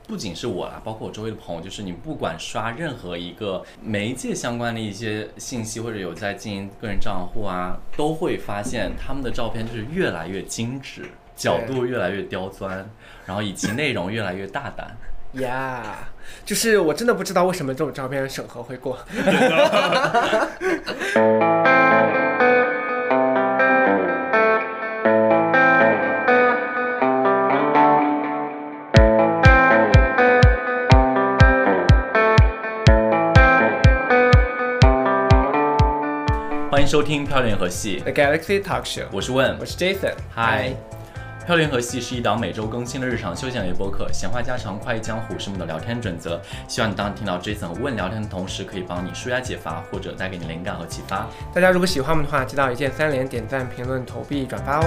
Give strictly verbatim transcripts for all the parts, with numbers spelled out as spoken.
不仅是我啦，包括我周围的朋友，就是你不管刷任何一个媒介相关的一些信息，或者有在经营个人账户啊，都会发现他们的照片就是越来越精致，角度越来越刁钻，然后以及内容越来越大胆。 呀、yeah, 就是我真的不知道为什么这种照片审核会过。 欢迎收听漂流联合系 The Galaxy Talk Show， 我是问， 我是 Jason。 嗨。漂流联合系是一档每周更新的日常休闲类播客，闲话家常，快意江湖是我们的聊天准则。希望你当听到 Jason 和问聊天的同时，可以帮你舒压解乏，或者带给你灵感和启发。 大家如果喜欢我们的话，记得一键三连、点赞、评论、投币、转发哦。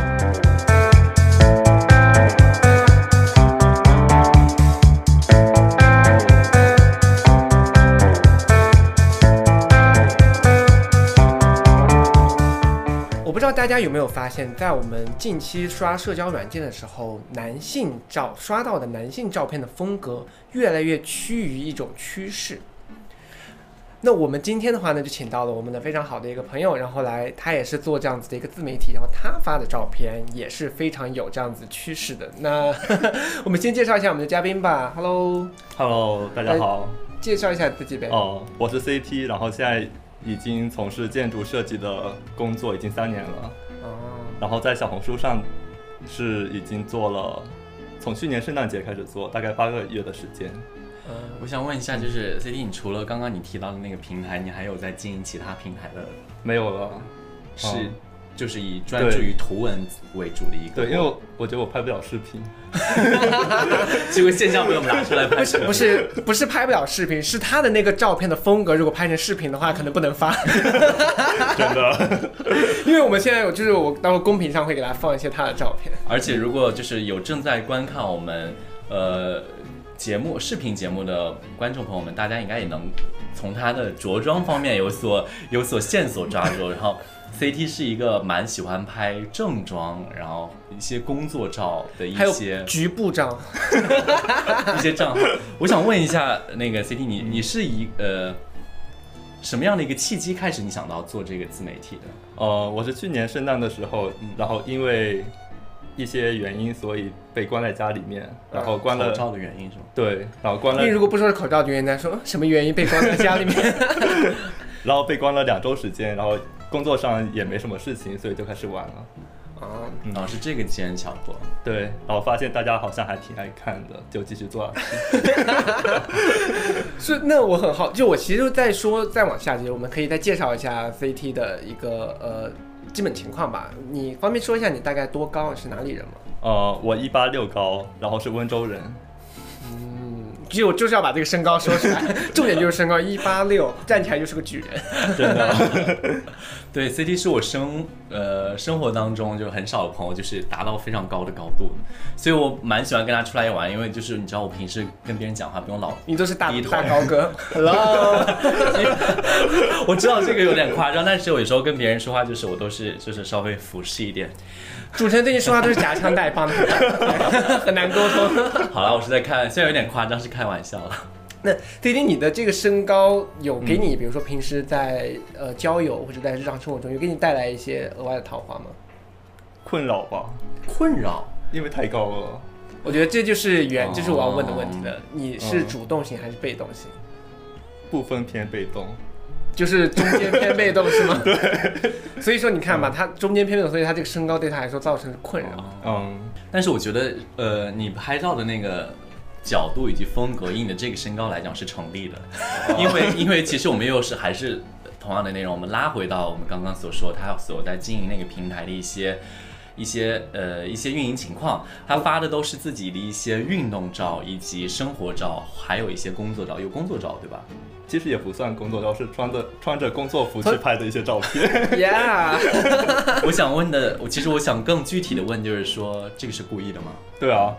不知道大家有没有发现，在我们近期刷社交软件的时候，男性照刷到的男性照片的风格越来越趋于一种趋势。那我们今天的话呢，就请到了我们的非常好的一个朋友，然后来，他也是做这样子的一个自媒体，然后他发的照片也是非常有这样子趋势的。那我们先介绍一下我们的嘉宾吧。 Hello，Hello， 大家好。 介绍一下自己呗。 哦，我是 C T， 然后现在已经从事建筑设计的工作已经三年了，哦，然后在小红书上是已经做了，从去年圣诞节开始做，大概八个月的时间。 嗯，我想问一下，就是 C T， 你除了刚刚你提到的那个平台，你还有在经营其他平台的？ 没有了， 是、嗯、就是以专注于图文为主的一个。 对，因为我我觉得我拍不了视频。 这个现象被我们拿出来拍。 不是不是不是拍不了视频，是他的那个照片的风格，如果拍成视频的话，可能不能发。 真的， 因为我们现在有，就是我到时候公屏上会给大家放一些他的照片。 而且如果就是有正在观看我们呃节目视频节目的观众朋友们，大家应该也能从他的着装方面有所有所线索抓住，然后。C T 是一个蛮喜欢拍正装，然后一些工作照的一些局部照， 一些账号。我想问一下，那个 C T， 你你是一呃什么样的一个契机开始你想到做这个自媒体的？ 呃，我是去年圣诞的时候，然后因为一些原因，所以被关在家里面，然后关了口罩的原因是吗？ 对，然后关了。 因为如果不说是口罩的原因，那说什么原因被关在家里面？ 然后被关了两周时间，然后。工作上也没什么事情，所以就开始玩了。 哦，嗯、哦是这个机缘巧合。 对，然后发现大家好像还挺爱看的，就继续做下去。 是，那我很好，就我其实在说，再往下，我们可以再介绍一下 C T 的一个呃基本情况吧。你方便说一下你大概多高，是哪里人吗？ 呃，我一八六高，然后是温州人。 其实我就是要把这个身高说出来，重点就是身高一八六，站起来就是个巨人， 真的。 对 ，C T 是我生呃生活当中就很少的朋友，就是达到非常高的高度，所以我蛮喜欢跟他出来玩，因为就是你知道我平时跟别人讲话不用老， 你都是大大高个 ，Hello， 我知道这个有点夸张，但是我有时候跟别人说话就是我都是就是稍微俯视一点。 主持人最近说话都是夹枪带棒的，很难沟通。 好了，我是在看，虽然有点夸张，是开玩笑了。 那 C T 你的这个身高有给你，嗯、比如说平时在呃交友或者在日常生活中，有给你带来一些额外的桃花吗？ 困扰吧， 困扰， 因为太高了。 我觉得这就是原，这、哦、是我要问的问题了。你是主动型还是被动型？ 部分偏被动。 就是中间偏被动是吗？ 对， 所以说你看吧，他中间偏被动，所以他这个身高对他来说造成困扰。 嗯，但是我觉得，呃，你拍照的那个角度以及风格，以你的这个身高来讲是成立的，因为因为其实我们又是还是同样的内容，我们拉回到我们刚刚所说，他所在经营那个平台的一些。一些呃一些运营情况，他发的都是自己的一些运动照，以及生活照，还有一些工作照，有工作照对吧？ 其实也不算工作照，是穿着穿着工作服去拍的一些照片。 Yeah 我想问的，我其实我想更具体的问，就是说这个是故意的吗？ 对啊。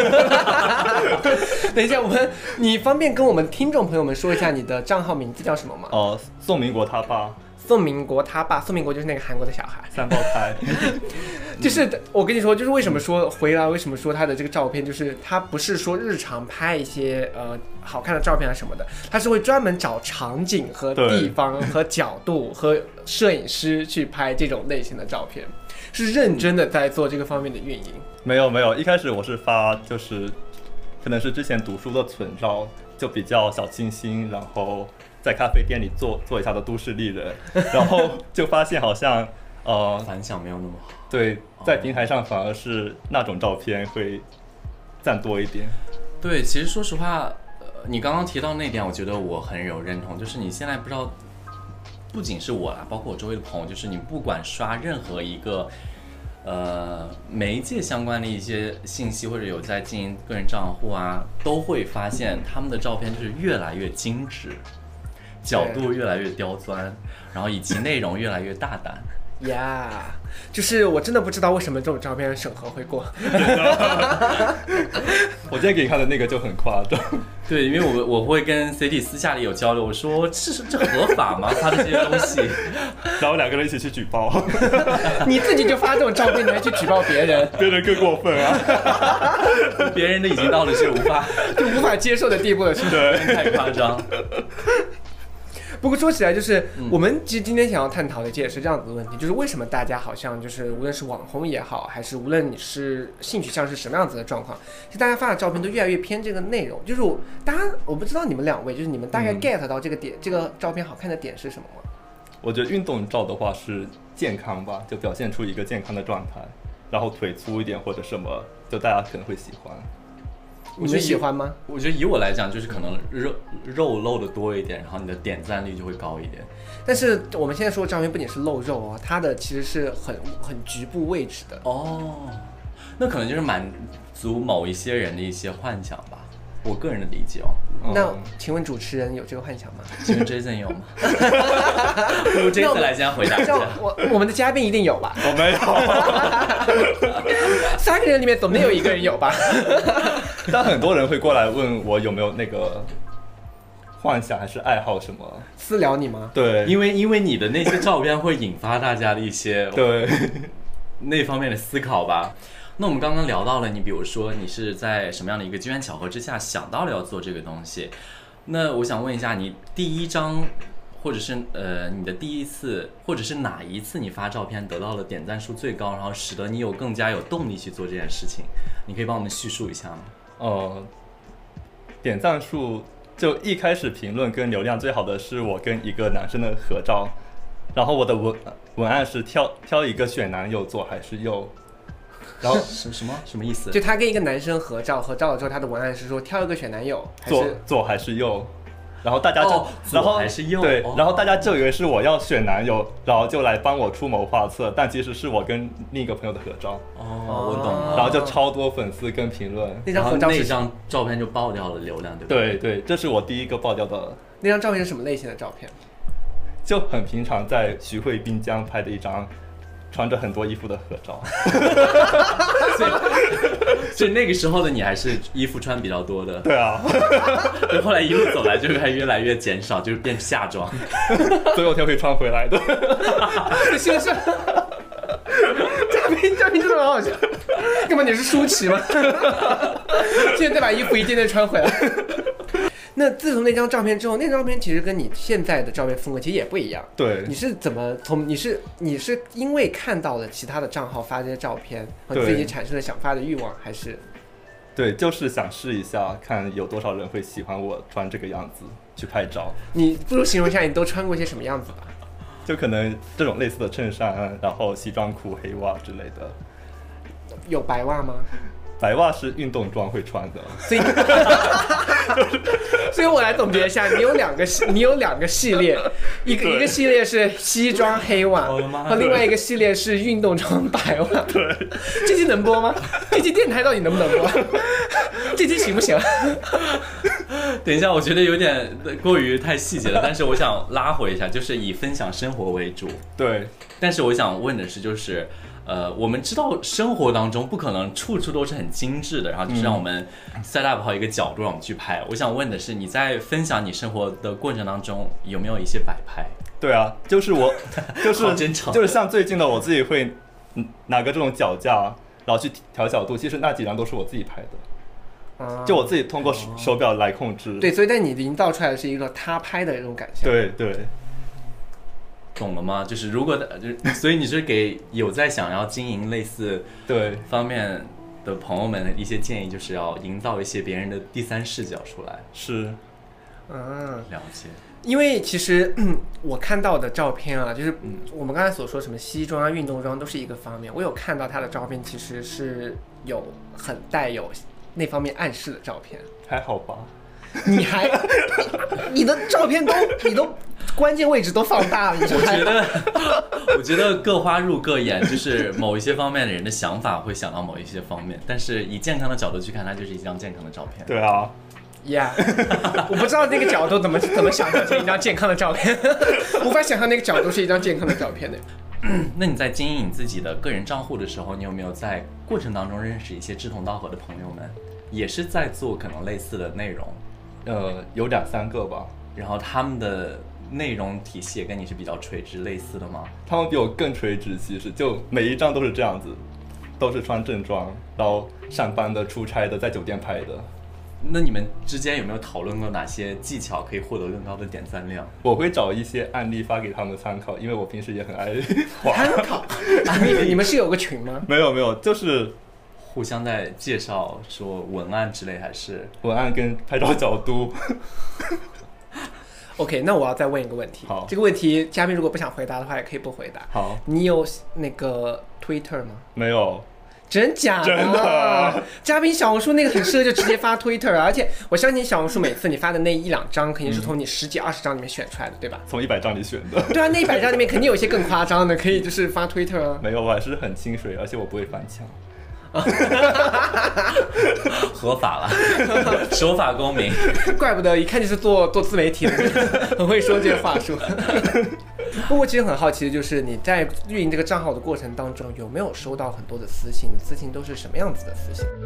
等一下，我们你方便跟我们听众朋友们说一下你的账号名字叫什么吗？ 哦、呃，宋民国他爸。 宋民国他爸，宋民国就是那个韩国的小孩， 三胞胎。 就是我跟你说，就是为什么说回来，为什么说他的这个照片，就是他不是说日常拍一些呃好看的照片啊什么的，他是会专门找场景和地方和角度和摄影师去拍这种类型的照片，是认真的在做这个方面的运营。 没有没有，一开始我是发就是可能是之前读书的存照，就比较小清新，然后在咖啡店里做做一下的都市丽人，然后就发现好像呃反响没有那么好。 对，在平台上反而是那种照片会赞多一点。 对，其实说实话，呃，你刚刚提到那点，我觉得我很有认同，就是你现在不知道，不仅是我啦，包括我周围的朋友，就是你不管刷任何一个呃媒介相关的一些信息，或者有在经营个人账户啊，都会发现他们的照片就是越来越精致，角度越来越刁钻，然后以及内容越来越大胆。 呀、yeah, 就是我真的不知道为什么这种照片审核会过。 我今天给你看的那个就很夸张。 对，因为我我会跟 C D 私下里有交流，我说这是这合法吗？发的这些东西， 然后两个人一起去举报。 你自己就发这种照片，你还去举报别人？ 别人更过分啊！ 别人的已经到了是无法就无法接受的地步了，是不是？太夸张。 不过说起来，就是我们其实今天想要探讨的，这也是这样子的问题，就是为什么大家好像就是无论是网红也好，还是无论你是性取向是什么样子的状况，其实大家发的照片都越来越偏这个内容。就是我大家我不知道你们两位，就是你们大概 get 到这个点，嗯、这个照片好看的点是什么吗？ 我觉得运动照的话是健康吧，就表现出一个健康的状态，然后腿粗一点或者什么，就大家可能会喜欢。 你们喜欢吗？ 我觉得以我来讲，就是可能肉肉露的多一点，然后你的点赞率就会高一点。 但是我们现在说的照片不仅是露肉哦，它的其实是很很局部位置的哦。那可能就是满足某一些人的一些幻想吧，我个人的理解哦。 那请问主持人有这个幻想吗？ 请问 Jason 有吗？不如 Jason 来先回答一下。 我我们的嘉宾一定有吧？ 我没有。三个人里面总得有一个人有吧？ 但很多人会过来问我有没有那个幻想还是爱好什么， 私聊你吗？ 对， 因为因为你的那些照片会引发大家的一些对那方面的思考吧。那我们刚刚聊到了，你比如说你是在什么样的一个机缘巧合之下想到了要做这个东西？那我想问一下，你第一张，或者是呃你的第一次，或者是哪一次你发照片得到了点赞数最高，然后使得你有更加有动力去做这件事情？你可以帮我们叙述一下吗？ 呃，点赞数就一开始评论跟流量最好的是我跟一个男生的合照，然后我的文文案是挑挑一个选男友左还是右。然后什什么什么意思？ 就他跟一个男生合照，合照了之后，他的文案是说挑一个选男友，还是左左还是右？然后大家就， 哦、 然后还是右对、 哦， 然后大家就以为是我要选男友，然后就来帮我出谋划策，但其实是我跟另一个朋友的合照。 哦，我懂了。 然后就超多粉丝跟评论， 那张合照那张照片就爆掉了流量，对不对？ 对对，这是我第一个爆掉的。 那张照片是什么类型的照片？ 就很平常，在徐汇滨江拍的一张。穿着很多衣服的合照， 所以所以那个时候的你还是衣服穿比较多的。 对啊， 后来一路走来就开始越来越减少，就是变夏装， 总有天会穿回来的。 是不是？嘉宾嘉宾真的很好笑，干嘛你是舒淇吗？现在再把衣服一件件穿回来。那自从那张照片之后，那张照片其实跟你现在的照片风格其实也不一样。 对， 你是怎么从你是你是因为看到了其他的账号发这些照片，和自己产生了想发的欲望，还是？ 对，就是想试一下，看有多少人会喜欢我穿这个样子去拍照。 你不如形容一下你都穿过些什么样子吧？ 就可能这种类似的衬衫，然后西装裤、黑袜之类的。 有白袜吗？ 白袜是运动装会穿的， 所以，所以我来总结一下，你有两个你有两个系列，一个一个系列是西装黑袜，和另外一个系列是运动装白袜。 对， 这期能播吗？这期电台到底能不能播？这期行不行？ 等一下，我觉得有点过于太细节了，但是我想拉回一下，就是以分享生活为主。 对， 但是我想问的是，就是。呃，我们知道生活当中不可能处处都是很精致的，然后就是让我们 set up 好一个角度让我们去拍。我想问的是，你在分享你生活的过程当中有没有一些摆拍？ 对啊，就是我，就是真诚就是像最近的我自己会拿个这种脚架，然后去调角度，其实那几张都是我自己拍的，啊、就我自己通过手表来控制。 对，所以但你营造出来的是一个他拍的那种感觉。 对对。 懂了吗？就是如果就所以你是给有在想要经营类似对方面的朋友们的一些建议，就是要营造一些别人的第三视角出来。 是， 嗯， 了解。 因为其实、嗯、我看到的照片啊，就是我们刚才所说什么西装啊、运动装都是一个方面。我有看到他的照片，其实是有很带有那方面暗示的照片。 还好吧？ 你还你的照片都你都。关键位置都放大了，你我觉得，我觉得各花入各眼，就是某一些方面的人的想法会想到某一些方面，但是以健康的角度去看，它就是一张健康的照片。 对啊， 呀、yeah ，我不知道那个角度怎么怎么想象成一张健康的照片，无法想象那个角度是一张健康的照片的。 那你在经营你自己的个人账户的时候，你有没有在过程当中认识一些志同道合的朋友们，也是在做可能类似的内容？ 呃，有两三个吧。 然后他们的内容体系也跟你是比较垂直类似的吗？ 他们比我更垂直，其实就每一张都是这样子，都是穿正装，然后上班的、出差的，在酒店拍的。 那你们之间有没有讨论过哪些技巧可以获得更高的点赞量？ 我会找一些案例发给他们参考，因为我平时也很爱画。 参考？你你们是有个群吗？ 没有没有，就是互相在介绍说文案之类，还是文案跟拍照角度。 OK， 那我要再问一个问题。 好， 这个问题嘉宾如果不想回答的话，也可以不回答。 好， 你有那个 Twitter 吗？ 没有。 真假的？ 真的。 嘉宾小红书那个很适合就直接发 Twitter， 而且我相信小红书每次你发的那一两张，肯定是从你十几二十张里面选出来的，对吧？ 从一百张里选的。 对啊，那一百张里面肯定有一些更夸张的，可以就是发 Twitter 啊。 没有，我还是很清水，而且我不会翻墙。 合法了，守法公民。 怪不得一看就是做做自媒体的，很会说这些话术。不过其实很好奇的就是你在运营这个账号的过程当中，有没有收到很多的私信？私信都是什么样子的私信？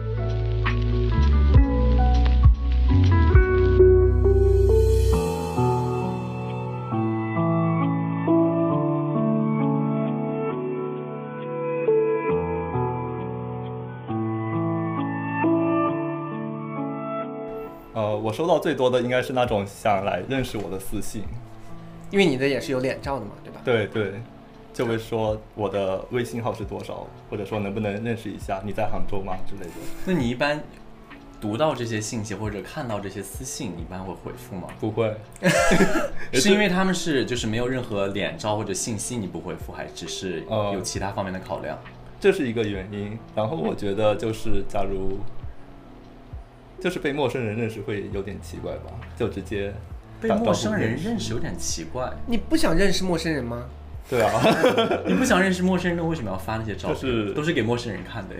呃，我收到最多的应该是那种想来认识我的私信， 因为你的也是有脸照的嘛，对吧？ 对对，就会说我的微信号是多少，或者说能不能认识一下，你在杭州吗之类的。 那你一般读到这些信息或者看到这些私信，你一般会回复吗？ 不会。 是因为他们是就是没有任何脸照或者信息你不回复，还只是有其他方面的考量？ 呃、这是一个原因。然后我觉得就是假如就是被陌生人认识会有点奇怪吧，就直接被陌生人认识有点奇怪。 你不想认识陌生人吗？ 对啊。 你不想认识陌生人，为什么要发那些照片？ 就是、 都是给陌生人看的。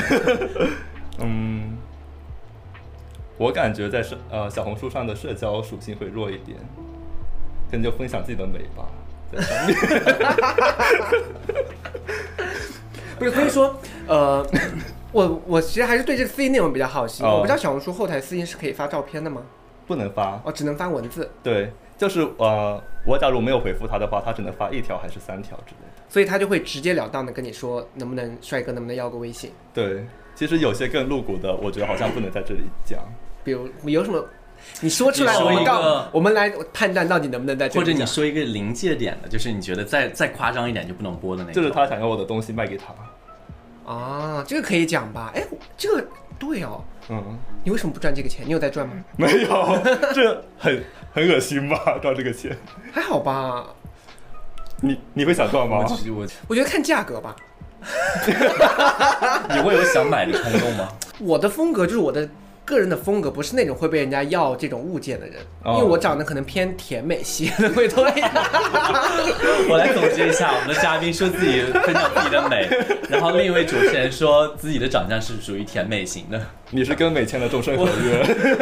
嗯，我感觉在社呃小红书上的社交属性会弱一点，可能就分享自己的美吧，在上面。 不是，所以说呃。我我其实还是对这个私信内容比较好奇， oh. 我不知道小红书后台私信是可以发照片的吗？ 不能发， 哦，只能发文字。 对，就是呃，我假如没有回复他的话，他只能发一条还是三条之类的。 所以他就会直截了当的跟你说，能不能帅哥，能不能要个微信？ 对，其实有些更露骨的，我觉得好像不能在这里讲。 比如有什么？你说出来，我们告我们来判断到底能不能在这里讲。 或者你说一个临界点的，就是你觉得再再夸张一点就不能播的那种。 就是他想要我的东西卖给他。 啊，这个可以讲吧？哎，这个对哦。 嗯。 你为什么不赚这个钱？你有在赚吗？ 没有，这很很恶心吧？赚这个钱？ 还好吧。 你你会想赚吗？ 我我我觉得看价格吧。 你会有想买的冲动吗？ 我的风格就是我的个人的风格，不是那种会被人家要这种物件的人，因为我长得可能偏甜美系的会多一点。 我来总结一下，我们的嘉宾说自己分享自己的美，然后另一位主持人说自己的长相是属于甜美型的。 你是跟美签的终身合约。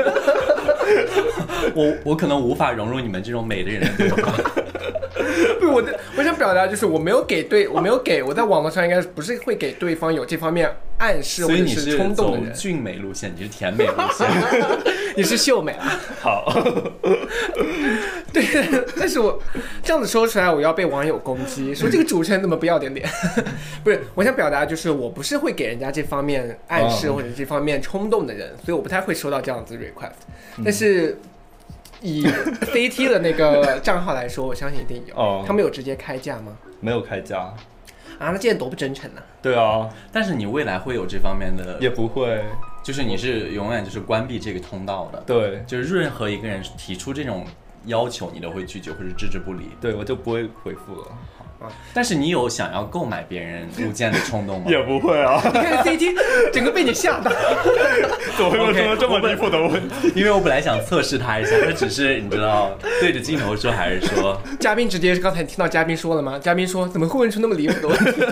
我我可能无法融入你们这种美的人的对话。 不，我的我想表达就是我没有给对，我没有给我在网络上应该不是会给对方有这方面暗示或者是冲动的人。所以你是走俊美路线，你是甜美路线， 你是秀美啊。 好。 对，但是我这样子说出来，我要被网友攻击，说这个主持人怎么不要点脸？不是，我想表达就是我不是会给人家这方面暗示或者这方面冲动的人，所以我不太会收到这样子 request。但是以 C T 的那个账号来说，我相信一定有。哦，他们有直接开价吗？ 没有开价。 啊，那这多不真诚呢、啊？ 对啊， 但是你未来会有这方面的？ 也不会， 就是你是永远就是关闭这个通道的。 对， 就是任何一个人提出这种要求，你都会拒绝或者置之不理。 对，我就不会回复了。 啊、但是你有想要购买别人物件的冲动吗？ 也不会啊。 你看 C T 整个被你吓到， 怎么会问出这么离谱的问题？ 因为我本来想测试他一下，他只是你知道对着镜头说，还是说嘉宾直接刚才听到嘉宾说了吗？嘉宾说怎么会问出那么离谱的问题？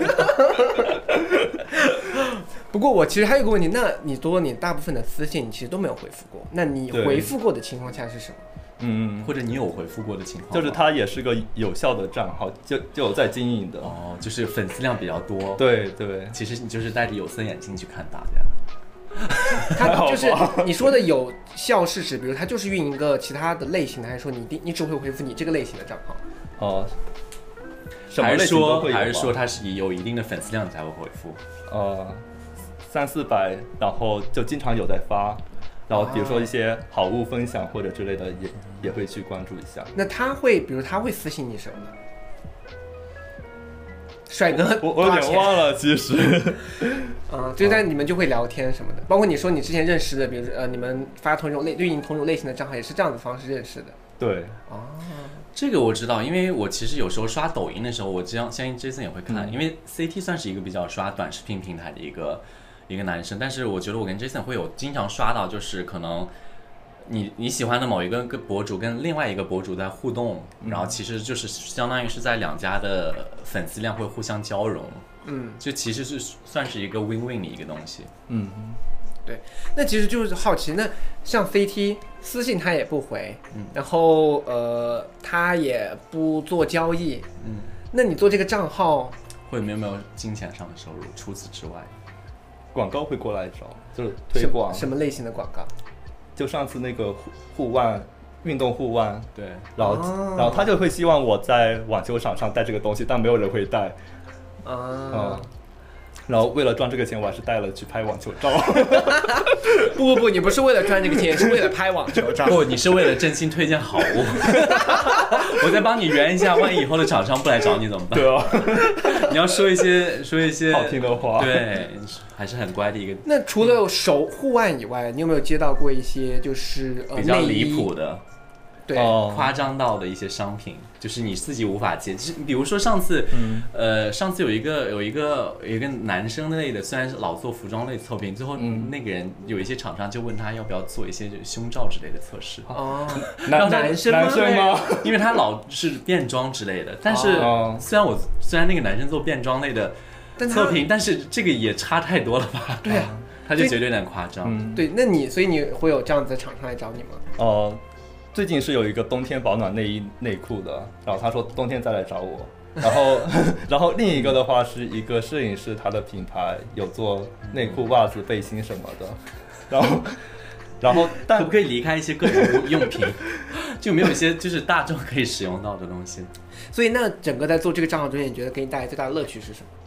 不过我其实还有个问题，那你多你大部分的私信你其实都没有回复过，那你回复过的情况下是什么？ 嗯， 或者你有回复过的情况， 就是他也是个有效的账号，就就有在经营的哦，就是粉丝量比较多。 对对， 其实你就是戴着有色眼镜去看大家。 他就是你说的有效是指，比如他就是运营一个其他的类型的，还是说你你只会回复你这个类型的账号？ 哦，什么还是说还还是说他是有一定的粉丝量才会回复？ 呃，三四百，然后就经常有在发。然后比如说一些好物分享或者之类的也也会去关注一下。 那他会比如他会私信你什么呢？帅哥， 我我有点忘了其实。 嗯，就在你们就会聊天什么的，包括你说你之前认识的，比如呃你们发同种类运营同种类型的账号也是这样的方式认识的。 对。 哦， 这个我知道，因为我其实有时候刷抖音的时候，我这样相信 Jason 也会看、嗯，因为 C T 算是一个比较刷短视频平台的一个。一个男生，但是我觉得我跟 Jason 会有经常刷到，就是可能你你喜欢的某一个博主跟另外一个博主在互动，嗯、然后其实就是相当于是在两家的粉丝量会互相交融，嗯，就其实是算是一个 win-win 的一个东西， 嗯，对。那其实就是好奇，那像 C T 私信他也不回，嗯，然后呃他也不做交易，嗯，那你做这个账号会没有没有金钱上的收入？除此之外？ 广告会过来找，就是推广。 什么类型的广告？ 就上次那个护护腕，运动护腕， 对， 然后、哦、然后他就会希望我在网球场上带这个东西，但没有人会带。啊、嗯，然后为了赚这个钱，我还是带了去拍网球照。 不不不，你不是为了赚这个钱，是为了拍网球照。 不，你是为了真心推荐好物。我再帮你圆一下，万一以后的厂商不来找你怎么办？ 对啊， 你要说一些说一些好听的话。 对，还是很乖的一个。 那除了手护腕以外，你有没有接到过一些就是呃比较离谱的？ 对， 夸张到的一些商品，就是你自己无法接。就是比如说上次，嗯、呃，上次有一个有一个有一个男生类的，虽然是老做服装类测评，最后那个人有一些厂商就问他要不要做一些胸罩之类的测试。 哦， 男男生男生吗？ 因为他老是变装之类的，但是、哦、虽然我虽然那个男生做变装类的测评，但是这个也差太多了吧？ 对啊， 他就觉得有点夸张。 嗯、对，那你所以你会有这样子的厂商来找你吗？ 哦、呃。最近是有一个冬天保暖内衣内裤的，然后他说冬天再来找我，然后然后另一个的话是一个摄影师，他的品牌有做内裤、袜子、背心什么的，然后然后但可不可以离开一些个人用品，就没有一些就是大众可以使用到的东西？ 所以那整个在做这个账号中间，你觉得给你带来最大的乐趣是什么？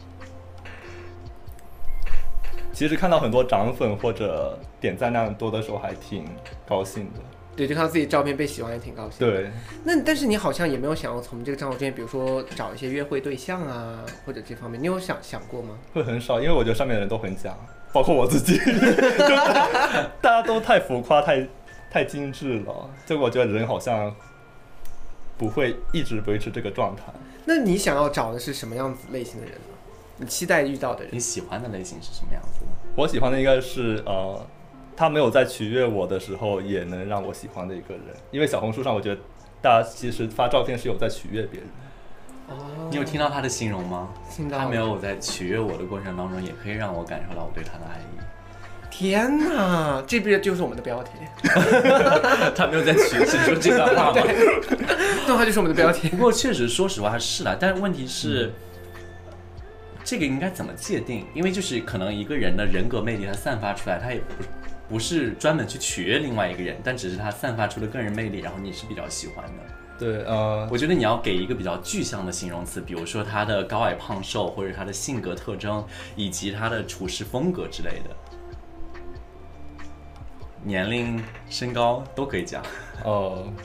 其实看到很多涨粉或者点赞量多的时候，还挺高兴的。 对，就看到自己照片被喜欢也挺高兴。 对， 那但是你好像也没有想要从这个账号中间，比如说找一些约会对象啊，或者这方面，你有想想过吗？ 会很少，因为我觉得上面的人都很假，包括我自己，就大家都太浮夸、太太精致了，就我觉得人好像不会一直维持这个状态。 那你想要找的是什么样子类型的人呢？你期待遇到的人？ 你喜欢的类型是什么样子的？ 我喜欢的应该是呃。他没有在取悦我的时候也能让我喜欢的一个人，因为小红书上我觉得大家其实发照片是有在取悦别人。 哦，你有听到他的形容吗？ 听到。 他没有在取悦我的过程当中，也可以让我感受到我对他的爱意。 天哪，这边就是我们的标题。 他没有在取写出这段话吗？ 这话就是我们的标题。 不过确实，说实话是的，但是问题是。嗯，这个应该怎么界定？因为就是可能一个人的人格魅力，他散发出来，他也不不是专门去取悦另外一个人，但只是他散发出的个人魅力，然后你是比较喜欢的。 对，呃， 我觉得你要给一个比较具象的形容词，比如说他的高矮胖瘦，或者他的性格特征，以及他的处事风格之类的。年龄、身高都可以讲。 哦、呃，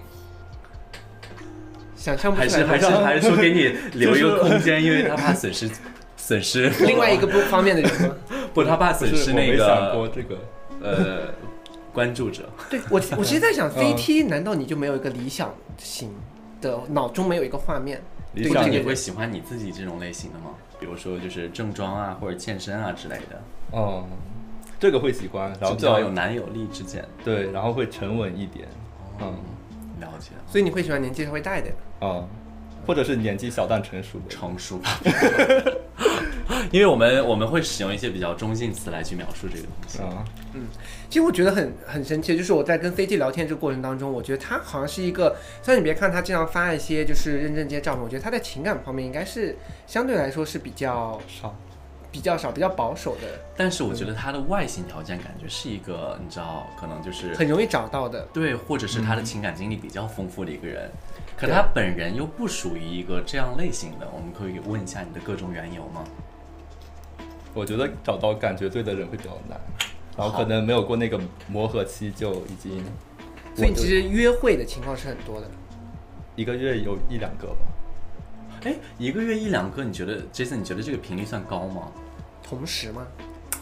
想象不出来，还是还是还是说给你留一个空间，因为他怕损失损失另外一个不方面的人吗？ 不，他怕损失那个。 我没想过这个。 呃，关注者。 对我，我其实在想 ，C T 难道你就没有一个理想型的，脑中没有一个画面？ 理想你会喜欢你自己这种类型的吗？比如说就是正装啊，或者健身啊之类的。 哦、嗯，这个会喜欢，然后比较有男有力之见。 对，然后会沉稳一点。 嗯，了解。 所以你会喜欢年纪稍微大一点的？啊、嗯，或者是年纪小但成熟的。 成熟吧。因为我们我们会使用一些比较中性词来去描述这个东西。 啊， 嗯，其实我觉得很很神奇，就是我在跟 C T 聊天这个过程当中，我觉得他好像是一个，虽然你别看他经常发一些就是认证这些照片，我觉得他在情感方面应该是相对来说是比较少。 比较少、比较保守的， 但是我觉得他的外形条件感觉是一个，你知道，可能就是很容易找到的， 对，或者是他的情感经历比较丰富的一个人，嗯、可他本人又不属于一个这样类型的，我们可以问一下你的各种缘由吗？ 我觉得找到感觉对的人会比较难，然后可能没有过那个磨合期就已经， 所以其实约会的情况是很多的， 一个月有一两个吧。 哎，一个月一两个，你觉得 Jason， 你觉得这个频率算高吗？ 同时吗？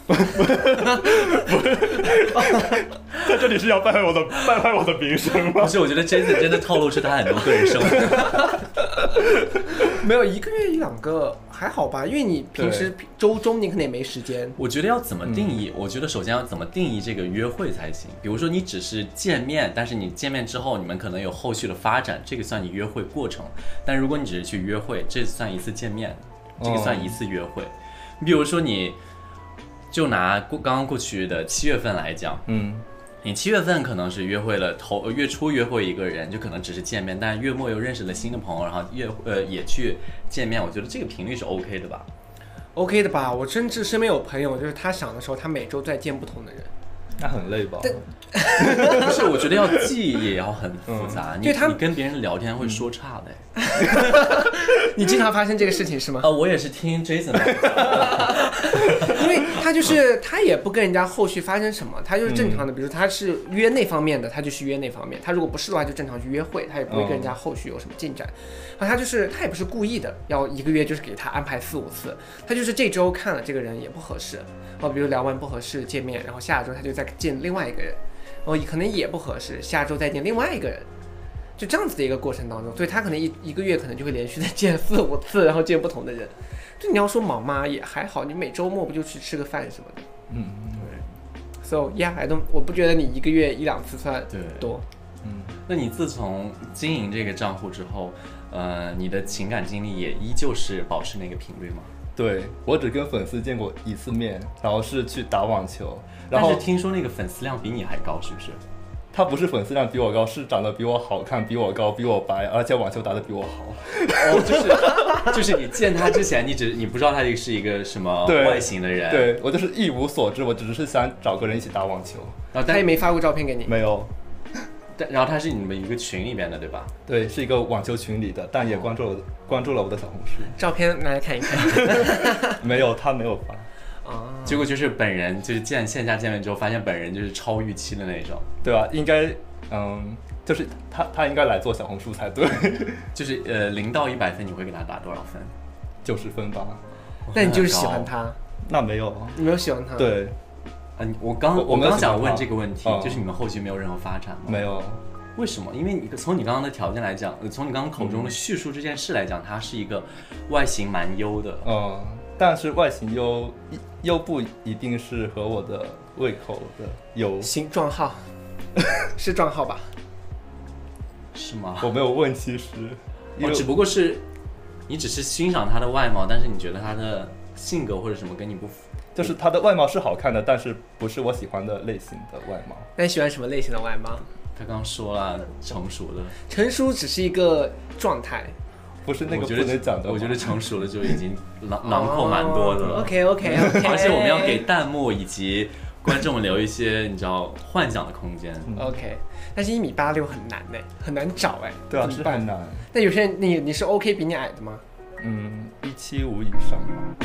在这里是要败坏我的败坏我的名声吗？ 不是，我觉得 Jason 真的透露出他很多个人生活。 没有一个月一两个还好吧，因为你平时周中你可能也没时间。 我觉得要怎么定义？嗯、我觉得首先要怎么定义这个约会才行。比如说你只是见面，但是你见面之后你们可能有后续的发展，这个算你约会过程。但如果你只是去约会，这算一次见面，这个算一次约会。你、哦、比如说你。就拿过刚刚过去的七月份来讲， 嗯， 你七月份可能是约会了头月初约会一个人，就可能只是见面，但月末又认识了新的朋友，然后月呃也去见面，我觉得这个频率是 OK 的吧 ？OK 的吧？我甚至身边有朋友，就是他想的时候，他每周在见不同的人， 那很累吧？ 不是，我觉得要记也要很复杂，嗯、你他你跟别人聊天会说岔的。 你经常发生这个事情是吗？ 呃，我也是听 Jason 因为他就是他也不跟人家后续发生什么，他就是正常的，比如他是约那方面的，他就是约那方面；他如果不是的话，就正常去约会，他也不会跟人家后续有什么进展。然后他就是他也不是故意的，要一个月就是给他安排四五次，他就是这周看了这个人也不合适，然后比如聊完不合适见面，然后下周他就再见另外一个人，然后可能也不合适，下周再见另外一个人。就这样子的一个过程当中，所以他可能一一个月可能就会连续的见四五次，然后见不同的人。就你要说忙嘛也还好，你每周末不就去吃个饭什么的。 嗯， 对。So yeah, I don't， 我不觉得你一个月一两次算多。 嗯，那你自从经营这个账户之后，呃，你的情感经历也依旧是保持那个频率吗？ 对，我只跟粉丝见过一次面，然后是去打网球。然后但是听说那个粉丝量比你还高，是不是？ 他不是粉丝量比我高，是长得比我好看，比我高，比我白，而且网球打得比我好。 哦，就是就是你见他之前，你只你不知道他是一个什么外形的人。 对，我就是一无所知，我只是想找个人一起打网球。 然后他也没发过照片给你。 没有。 但然后他是你们一个群里面的，对吧？ 对，是一个网球群里的，但也关注了、哦、关注了我的小红书。 照片拿来看一看。 没有，他没有发。 哦， 结果就是本人就是见线下见面之后，发现本人就是超预期的那种， 对吧？应该，嗯，就是他他应该来做小红书才对。 就是呃，零到一百分，你会给他打多少分？ 九十分吧。 那你就是喜欢他？ 那没有， 你没有喜欢他？ 对， 嗯、呃，我刚我刚想问这个问题，嗯、就是你们后续没有任何发展吗？ 没有。 为什么？因为你从你刚刚的条件来讲，从你刚刚口中的叙述这件事来讲，他是一个外形蛮优的。 嗯。但是外形优优不一定是合我的胃口的优。 形状号是状号吧？ 是吗？ 我没有问，其实， 哦，只不过是你只是欣赏他的外貌，但是你觉得他的性格或者什么跟你不符。 就是他的外貌是好看的，但是不是我喜欢的类型的外貌。 那你喜欢什么类型的外貌？ 他刚刚说了，成熟的。 成熟只是一个状态。 不是那个不能讲的， 我觉得成熟了就已经囊囊括蛮多的了。 OK OK OK。 而且我们要给弹幕以及观众留一些你知道幻想的空间。 OK， 但是一米八六很难呢，很难找哎。 对啊，是很难。 那有些人，你你是 OK 比你矮的吗？ 嗯，一七五以上吧。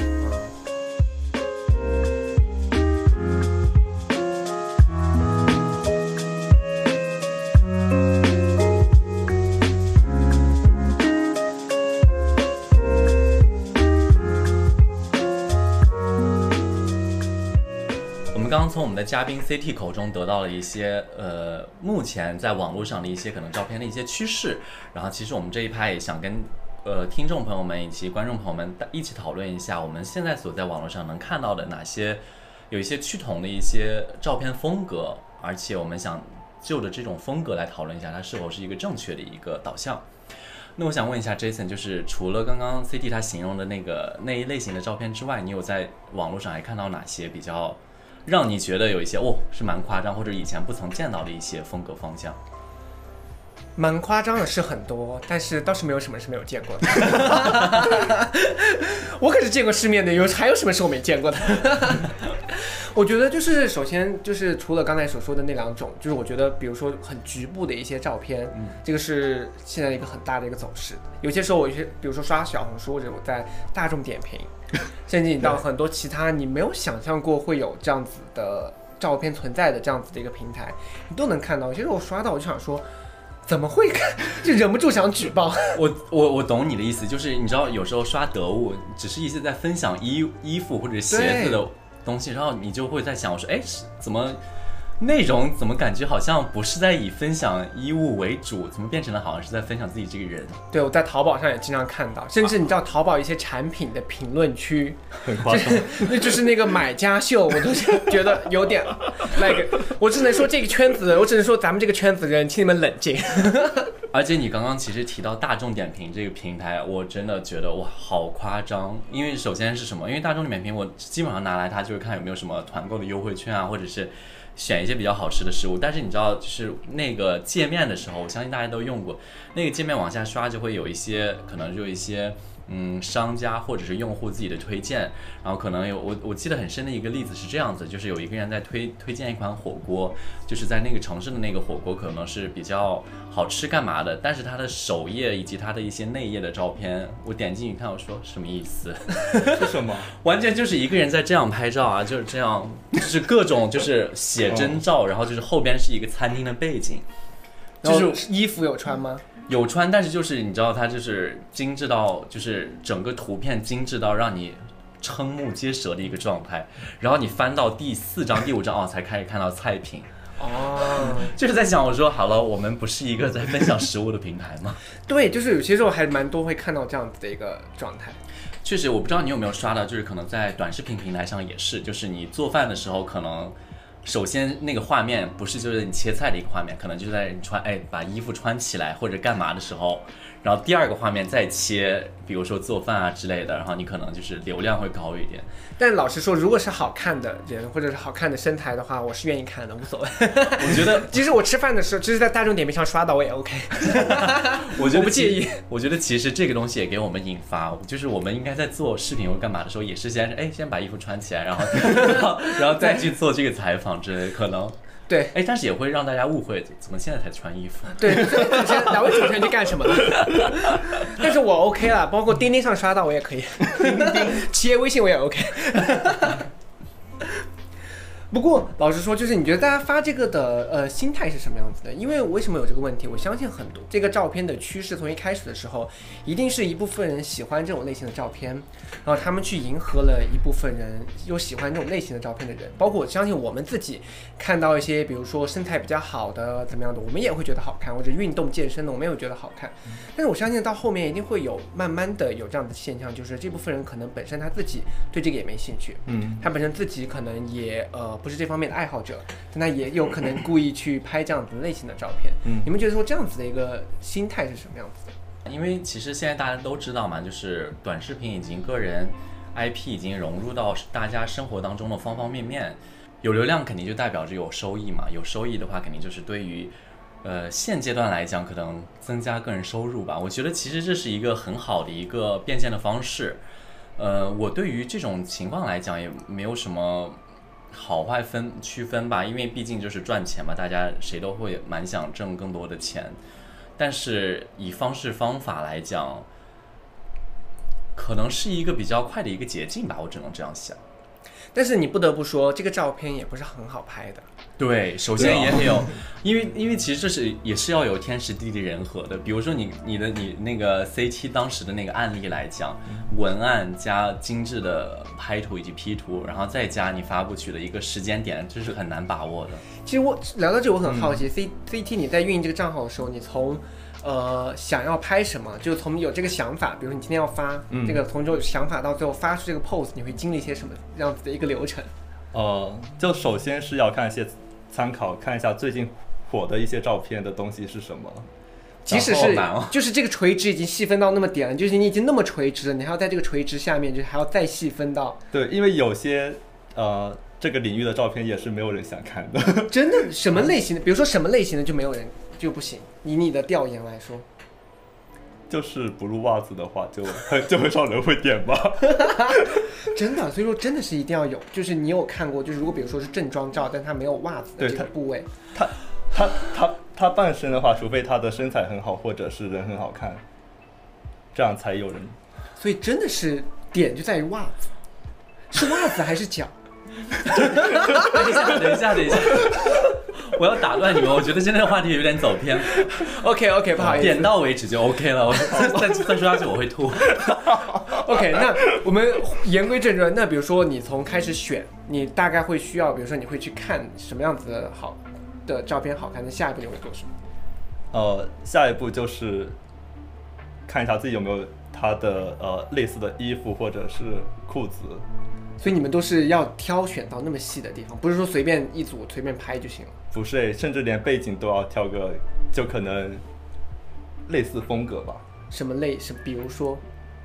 刚刚从我们的嘉宾 C T 口中得到了一些呃，目前在网络上的一些可能照片的一些趋势，然后其实我们这一趴也想跟呃听众朋友们以及观众朋友们一起讨论一下，我们现在所在网络上能看到的哪些有一些趋同的一些照片风格，而且我们想就着这种风格来讨论一下它是否是一个正确的一个导向。那我想问一下 Jason， 就是除了刚刚 C T 他形容的那个那一类型的照片之外，你有在网络上还看到哪些比较让你觉得有一些哦是蛮夸张或者以前不曾见到的一些风格方向？ 蛮夸张的是很多，但是倒是没有什么是没有见过的。我可是见过世面的，有还有什么是我没见过的？我觉得就是首先就是除了刚才所说的那两种，就是我觉得比如说很局部的一些照片，嗯，这个是现在一个很大的一个走势。有些时候我有些比如说刷小红书或者我在大众点评，甚至你到很多其他你没有想象过会有这样子的照片存在的这样子的一个平台，你都能看到。有些时候我刷到我就想说，怎么会看，就忍不住想举报。 我我我懂你的意思，就是你知道有时候刷得物只是一些在分享衣衣服或者鞋子的东西，然后你就会在想，我说哎，怎么内容怎么感觉好像不是在以分享衣物为主，怎么变成了好像是在分享自己这个人？ 对，我在淘宝上也经常看到，甚至你知道淘宝一些产品的评论区， 很夸张， 那就是那个买家秀，我都觉得有点那个，我只能说这个圈子，我只能说咱们这个圈子的人，请你们冷静。 而且你刚刚其实提到大众点评这个平台，我真的觉得哇好夸张。因为首先是什么？因为大众点评我基本上拿来它就是看有没有什么团购的优惠券啊，或者是选一些比较好吃的食物。但是你知道，就是那个界面的时候，我相信大家都用过，那个界面往下刷就会有一些可能就有一些嗯商家或者是用户自己的推荐，然后可能有我我记得很深的一个例子是这样子，就是有一个人在推推荐一款火锅，就是在那个城市的那个火锅可能是比较好吃干嘛的，但是它的首页以及它的一些内页的照片，我点进去看，我说什么意思？ 是什么？ 完全就是一个人在这样拍照啊，就是这样，就是各种就是写真照，然后就是后边是一个餐厅的背景， 就是衣服有穿吗？ 有穿，但是就是你知道它就是精致到就是整个图片精致到让你瞠目结舌的一个状态，然后你翻到第四张第五张哦才开始看到菜品。哦，就是在想，我说好了，我们不是一个在分享食物的平台吗？ 对，就是有些时候还蛮多会看到这样子的一个状态。 确实，我不知道你有没有刷到，就是可能在短视频平台上也是，就是你做饭的时候，可能首先那个画面不是就是你切菜的一个画面，可能就在你穿哎把衣服穿起来或者干嘛的时候，然后第二个画面再切，比如说做饭啊之类的，然后你可能就是流量会高一点。 但老实说，如果是好看的人或者是好看的身材的话，我是愿意看的，无所谓。 我觉得， 其实我吃饭的时候，就是在大众点评上刷到我也 OK。 我觉得我不介意。 我觉得其实这个东西也给我们引发，就是我们应该在做视频或干嘛的时候，也是先哎先把衣服穿起来，然后然后, 然后再去做这个采访之类的，可能。 对， 哎，但是也会让大家误会，怎么现在才穿衣服？ 对，主持人两位主持人去干什么了？但是我 OK 了，包括钉钉上刷到我也可以，企业微信我也 OK。不过老实说，就是你觉得大家发这个的呃心态是什么样子的？因为为什么有这个问题？我相信很多这个照片的趋势从一开始的时候，一定是一部分人喜欢这种类型的照片，然后他们去迎合了一部分人有喜欢这种类型的照片的人。包括我相信我们自己看到一些，比如说身材比较好的怎么样的，我们也会觉得好看，或者运动健身的，我们也会觉得好看。但是我相信到后面一定会有慢慢的有这样的现象，就是这部分人可能本身他自己对这个也没兴趣，嗯，他本身自己可能也呃。不是这方面的爱好者，但他也有可能故意去拍这样子类型的照片。嗯，你们觉得说这样子的一个心态是什么样子的？ 因为其实现在大家都知道嘛，就是短视频已经个人 I P 已经融入到大家生活当中的方方面面。有流量肯定就代表着有收益嘛，有收益的话肯定就是对于呃现阶段来讲可能增加个人收入吧。我觉得其实这是一个很好的一个变现的方式。呃，我对于这种情况来讲也没有什么好坏分区分吧，因为毕竟就是赚钱嘛，大家谁都会蛮想挣更多的钱。但是以方式方法来讲，可能是一个比较快的一个捷径吧，我只能这样想。 但是你不得不说，这个照片也不是很好拍的。 对，首先也很有，因为因为其实这是也是要有天时地利人和的。比如说你你的你那个 C T 当时的那个案例来讲，文案加精致的拍图以及 P 图，然后再加你发布去的一个时间点，这是很难把握的。 其实我聊到这，我很好奇、嗯、C CT 你在运营这个账号的时候，你从呃想要拍什么，就从有这个想法，比如说你今天要发、嗯、这个，从这种想法到最后发出这个 post， 你会经历些什么样子的一个流程？ 呃，就首先是要看一些参考，看一下最近火的一些照片的东西是什么。 即使是就是这个垂直已经细分到那么点了，就是你已经那么垂直了，你还要在这个垂直下面，就还要再细分到。 对，因为有些呃这个领域的照片也是没有人想看的。 真的？什么类型的？比如说什么类型的就没有人就不行？以你的调研来说。 就是不露袜子的话就，就就很少人会点吧。 真的，所以说真的是一定要有，就是你有看过，就是如果比如说是正装照，但它没有袜子的这个部位， 他他他他半身的话，除非他的身材很好，或者是人很好看，这样才有人。 所以真的是点就在于袜子，是袜子还是脚？ 等一下，等一下，等一下。我要打断你们，我觉得今天的话题有点走偏。 OK OK， 不好意思， 点到为止就 OK 了。我再再说下去我会吐。 OK， 那我们言归正传。那比如说你从开始选，你大概会需要，比如说你会去看什么样子的好的照片好看，那下一步你会做什么？ 呃，下一步就是看一下自己有没有他的呃类似的衣服或者是裤子。 所以你们都是要挑选到那么细的地方，不是说随便一组随便拍就行了。 不是，甚至连背景都要挑个，就可能类似风格吧。 什么类？是比如说，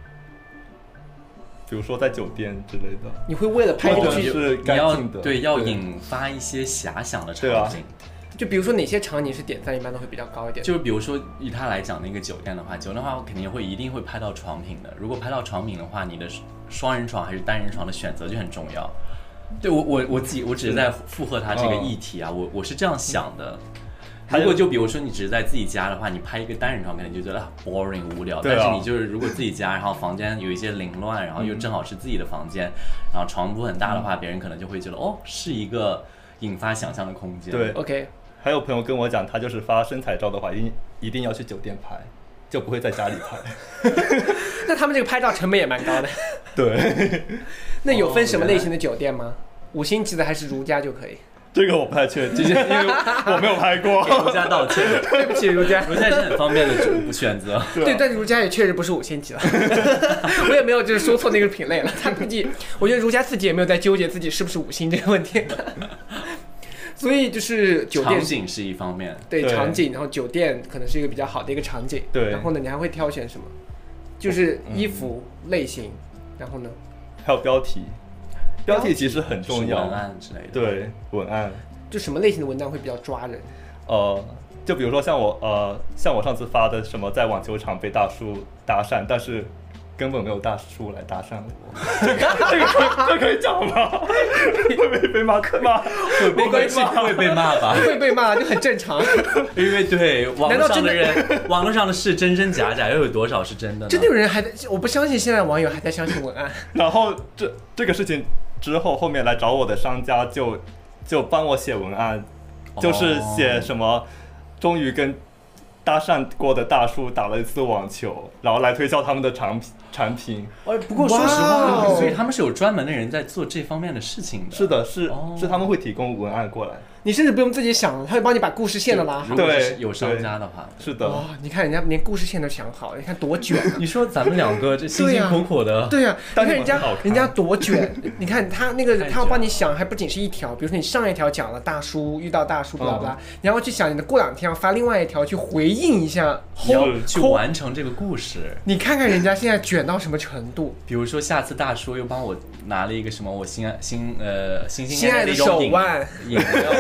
比如说在酒店之类的。 你会为了拍这个剧， 是干净的， 对，要引发一些遐想的场景。 就比如说哪些场景是点赞一般都会比较高一点？ 就比如说以他来讲那个酒店的话，酒店的话我肯定会一定会拍到床品的。如果拍到床品的话，你的双人床还是单人床的选择就很重要。对我我我自己我只是在附和他这个议题啊，我我是这样想的。如果就比如说你只是在自己家的话，你拍一个单人床可能就觉得 boring 无聊。但是你就是如果自己家，然后房间有一些凌乱，然后又正好是自己的房间，然后床铺很大的话，别人可能就会觉得哦，是一个引发想象的空间。 对 ，OK。 还有朋友跟我讲，他就是发身材照的话，一定一定要去酒店拍，就不会在家里拍。 那他们这个拍照成本也蛮高的。 对。 那有分什么类型的酒店吗？五星级的还是如家就可以？ 这个我不太确定，因为我没有拍过。 给如家道歉， 对不起，如家。 如家是很方便的选择。 对，对，但是如家也确实不是五星级了。我也没有就是说错那个品类了。他估计，我觉得如家自己也没有在纠结自己是不是五星这个问题。所以就是酒店场景是一方面， 对，对场景，然后酒店可能是一个比较好的一个场景。 对， 然后呢，你还会挑选什么？就是衣服、嗯、类型，然后呢？ 还有标题，标题其实很重要， 文案之类的。 对，文案。 就什么类型的文案会比较抓人？ 呃，就比如说像我呃，像我上次发的什么在网球场被大叔搭讪，但是根本没有大叔来搭讪我。这个这个这可以讲吗？会不会被骂？骂？ 没关系，会被骂吧？ 会被骂就很正常。 因为对网络上的人，网络上的事真真假假，又有多少是真的呢？ 真的有人还在，我不相信现在网友还在相信文案。 然后这这个事情之后，后面来找我的商家就就帮我写文案，就是写什么，终于跟搭讪过的大叔打了一次网球，然后来推销他们的产品产品。 呃，不过说实话，所以他们是有专门的人在做这方面的事情的。 是的，是、哦、是他们会提供文案过来。 你甚至不用自己想，他会帮你把故事线都拉好。 对，有商家的话， 是的。 哇，你看人家连故事线都想好，你看多卷、啊。 你说咱们两个这辛辛苦苦的， 对呀、啊，你看人家人家多卷。你看他那个，他要帮你想，还不仅是一条，比如说你上一条讲了大叔遇到大叔，巴拉巴拉，然后去想你的过两天要发另外一条去回应一下， 要去完成这个故事。 你看看人家现在卷到什么程度？ 比如说下次大叔又帮我拿了一个什么我心爱心呃心心爱的手腕饮料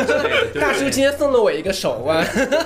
之类的。对大叔今天送了我一个手腕，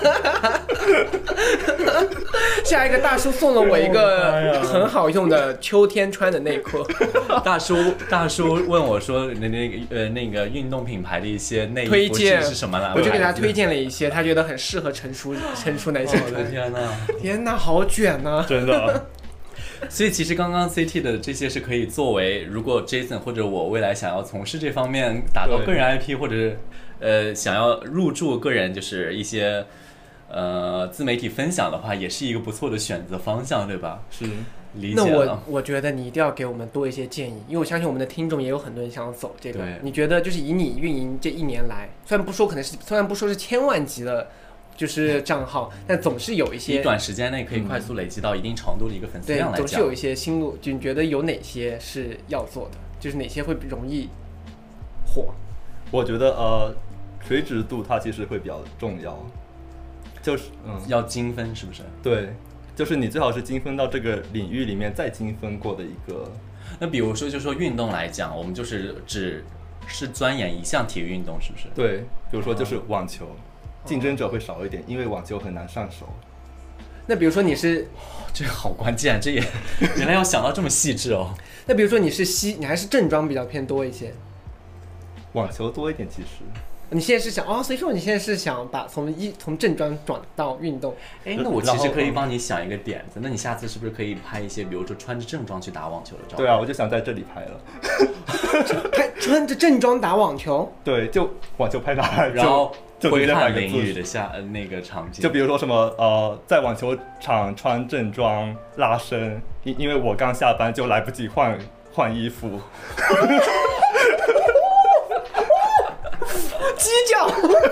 下一个大叔送了我一个很好用的秋天穿的内裤。 大叔大叔问我说那那个呃那个运动品牌的一些内衣推荐是什么来， 我就给他推荐了一些，他觉得很适合成熟成熟男性穿。 我的天哪， 天哪，好卷呐、啊！ 真的。 所以其实刚刚 C T 的这些是可以作为，如果 Jason 或者我未来想要从事这方面打造个人 I P， 或者是呃想要入驻个人就是一些呃自媒体分享的话，也是一个不错的选择方向，对吧？ 是， 理解了。 那我我觉得你一定要给我们多一些建议，因为我相信我们的听众也有很多人想要走这个。你觉得就是以你运营这一年来，虽然不说可能是虽然不说是千万级的。就是账号，但总是有一些以短时间内可以快速累积到一定程度的一个粉丝量来讲， 对，总是有一些心路。就你觉得有哪些是要做的？就是哪些会容易火？ 我觉得呃，垂直度它其实会比较重要，就是嗯， 要精分是不是？ 对，就是你最好是精分到这个领域里面再精分过的一个。 那比如说，就说运动来讲，我们就是只是钻研一项体育运动，是不是？ 对，比如说就是网球。哦，竞争者会少一点，因为网球很难上手。 那比如说你是， 哦、这好关键，这也原来要想到这么细致哦。 那比如说你是西，你还是正装比较偏多一些？ 网球多一点，其实。 你现在是想哦，所以说你现在是想把从一从正装转到运动？ 哎，那我其实可以帮你想一个点子，那你下次是不是可以拍一些，比如说穿着正装去打网球的照片？ 对啊，我就想在这里拍了。 拍穿着正装打网球？ 对，就网球拍打， 然后挥汗淋雨的下呃那个场景。 就比如说什么呃，在网球场穿正装拉伸，因因为我刚下班就来不及换换衣服。 鸡叫！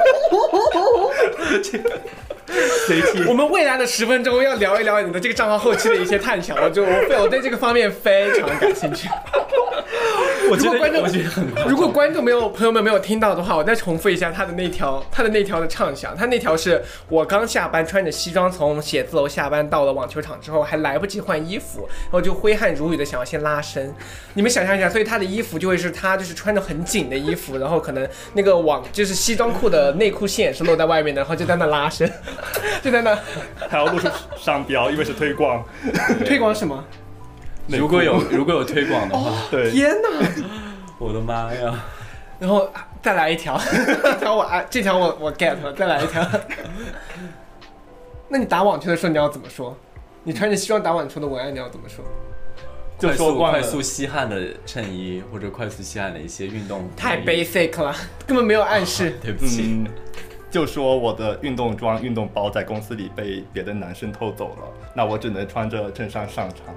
我们未来的十分钟要聊一聊你的这个账号后期的一些探讨，我就我我对这个方面非常感兴趣。我觉得观众，我觉得很如果观众没有朋友们没有听到的话，我再重复一下他的那条他的那条的畅想。他那条是我刚下班穿着西装从写字楼下班到了网球场之后，还来不及换衣服，然后就挥汗如雨的想要先拉伸。你们想象一下，所以他的衣服就会是他就是穿着很紧的衣服，然后可能那个网就是西装裤的内裤线是露在外面的，然后就在那拉伸，就在那还要露出商标，因为是推广。 推广什么？ 如果有如果有推广的话， 哦、对，天哪， 我的妈呀！ 然后再来一条，这条我啊，这条我我 get 了，再来一条。那你打网球的时候你要怎么说？你穿着西装打网球的文案你要怎么说？ 快速快速吸汗的衬衣或者快速吸汗的一些运动， 太 basic 了，根本没有暗示。 哦、对不起、 嗯，就说我的运动装、运动包在公司里被别的男生偷走了，那我只能穿着衬衫上场。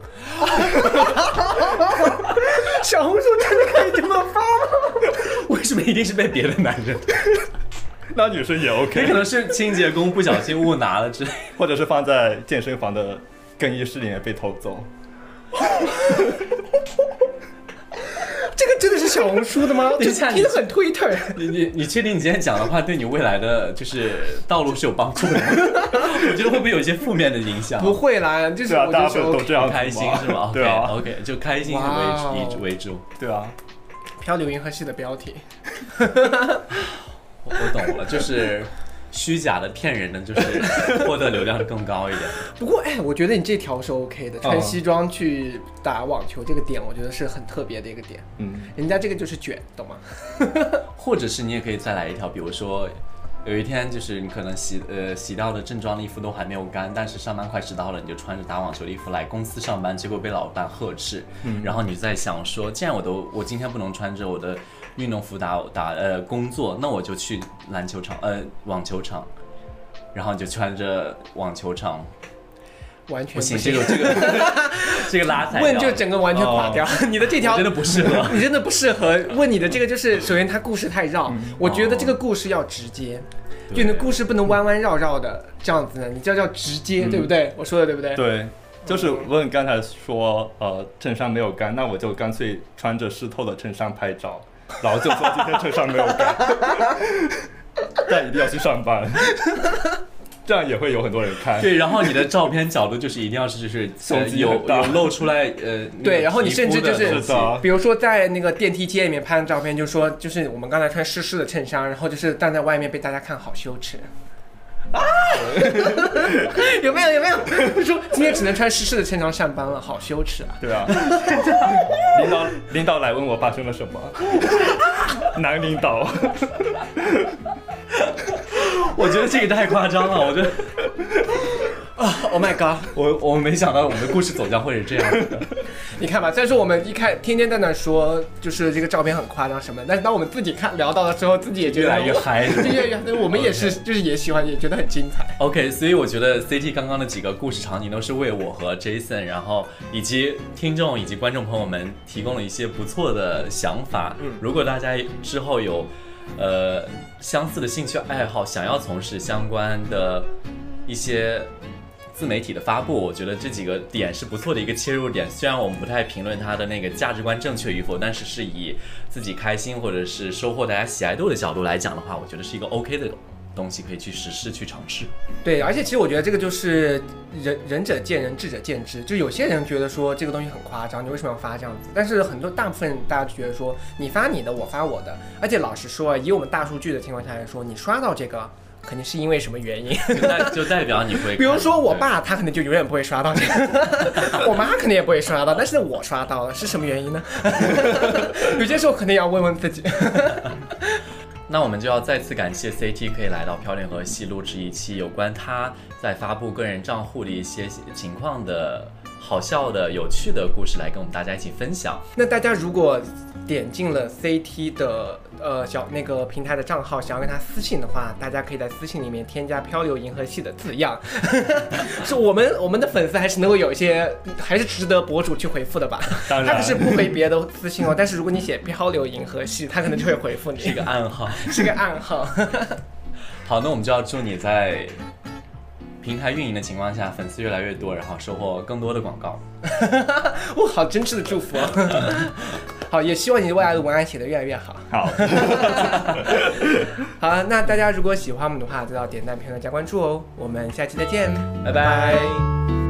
小红书真的可以这么发吗？ 为什么一定是被别的男人？ 那女生也 OK， 也可能是清洁工不小心误拿了之类， 或者是放在健身房的更衣室里面被偷走。 这个真的是小红书的吗？ 等一下， 听得很 Twitter。 你你你确定你今天讲的话对你未来的就是道路是有帮助的吗？我觉得会不会有一些负面的影响？ 不会啦，就是我大家都这样开心是吗？ 对啊 ，OK OK， 就开心为以为主。 对啊， 漂流银河系的标题。 我我懂了，就是虚假的、骗人的，就是获得流量更高一点。 不过，哎，我觉得你这条是 OK 的，穿西装去打网球这个点，我觉得是很特别的一个点。嗯，人家这个就是卷，懂吗？ 或者是你也可以再来一条，比如说有一天就是你可能洗呃洗掉的正装的衣服都还没有干，但是上班快迟到了，你就穿着打网球的衣服来公司上班，结果被老板呵斥。嗯，然后你在想说，既然我都我今天不能穿着我的运动服打打呃工作，那我就去篮球场呃网球场，然后你就穿着网球场， 完全不行，这个这个这个拉踩问就整个完全垮掉。哦、你的这条真的不适合， 你真的不适合。问你的这个就是，首先它故事太绕，嗯、我觉得这个故事要直接，就你的故事不能弯弯绕绕的这样子呢，你这叫直接，嗯、对不对？我说的对不对？ 对。就是问刚才说，呃，衬衫没有干，那我就干脆穿着湿透的衬衫拍照，然后就说今天衬衫没有干，但一定要去上班。 这样也会有很多人看。 对，然后你的照片角度就是一定要是就是呃有有露出来呃对，然后你甚至就是是的， 比如说在那个电梯街里面拍的照片，就说就是我们刚才穿湿湿的衬衫，然后就是站在外面被大家看好羞耻。啊！有没有有没有？说今天只能穿湿湿的衬衫上班了，好羞耻啊！ 对啊，领导领导来问我发生了什么，男领导， 我觉得这个太夸张了，我觉得啊 ，Oh my god！ 我我没想到我们的故事走向会是这样的。 你看吧，虽然说我们一看天天在那说，就是这个照片很夸张什么，但是当我们自己看聊到的时候，自己也觉得越来越嗨， 就越来越，我们也是就是也喜欢，也觉得很精彩。 OK， 所以我觉得 C T 刚刚的几个故事场景都是为我和 Jason， 然后以及听众以及观众朋友们提供了一些不错的想法。嗯，如果大家之后有呃相似的兴趣爱好，想要从事相关的一些自媒体的发布，我觉得这几个点是不错的一个切入点。虽然我们不太评论它的那个价值观正确与否，但是是以自己开心或者是收获大家喜爱度的角度来讲的话，我觉得是一个 OK 的东西，可以去实施去尝试。 对，而且其实我觉得这个就是仁仁者见仁，智者见智。就有些人觉得说这个东西很夸张，你为什么要发这样子？但是很多大部分大家就觉得说你发你的，我发我的。而且老实说，以我们大数据的情况下来说，你刷到这个肯定是因为什么原因， 就代就代表你会， 比如说我爸他可能就永远不会刷到这个，我妈肯定也不会刷到，但是我刷到了，是什么原因呢？有些时候肯定要问问自己。 那我们就要再次感谢 C T 可以来到漂联合系录制一期有关他在发布个人账户的一些情况的好笑的有趣的故事来跟我们大家一起分享。 那大家如果点进了 C T 的呃小那个平台的账号，想要跟他私信的话，大家可以在私信里面添加漂流银河系的字样，是我们我们的粉丝还是能够有一些，还是值得博主去回复的吧。 当然， 他可是不回别的私信哦，但是如果你写漂流银河系，他可能就会回复你， 是个暗号， 是个暗号。 好，那我们就要祝你在平台运营的情况下，粉丝越来越多，然后收获更多的广告。 哇，好真挚的祝福哦！好，也希望你未来的文案写得越来越好。 好， 好，那大家如果喜欢我们的话，就要点赞、评论、加关注哦。我们下期再见， 拜拜。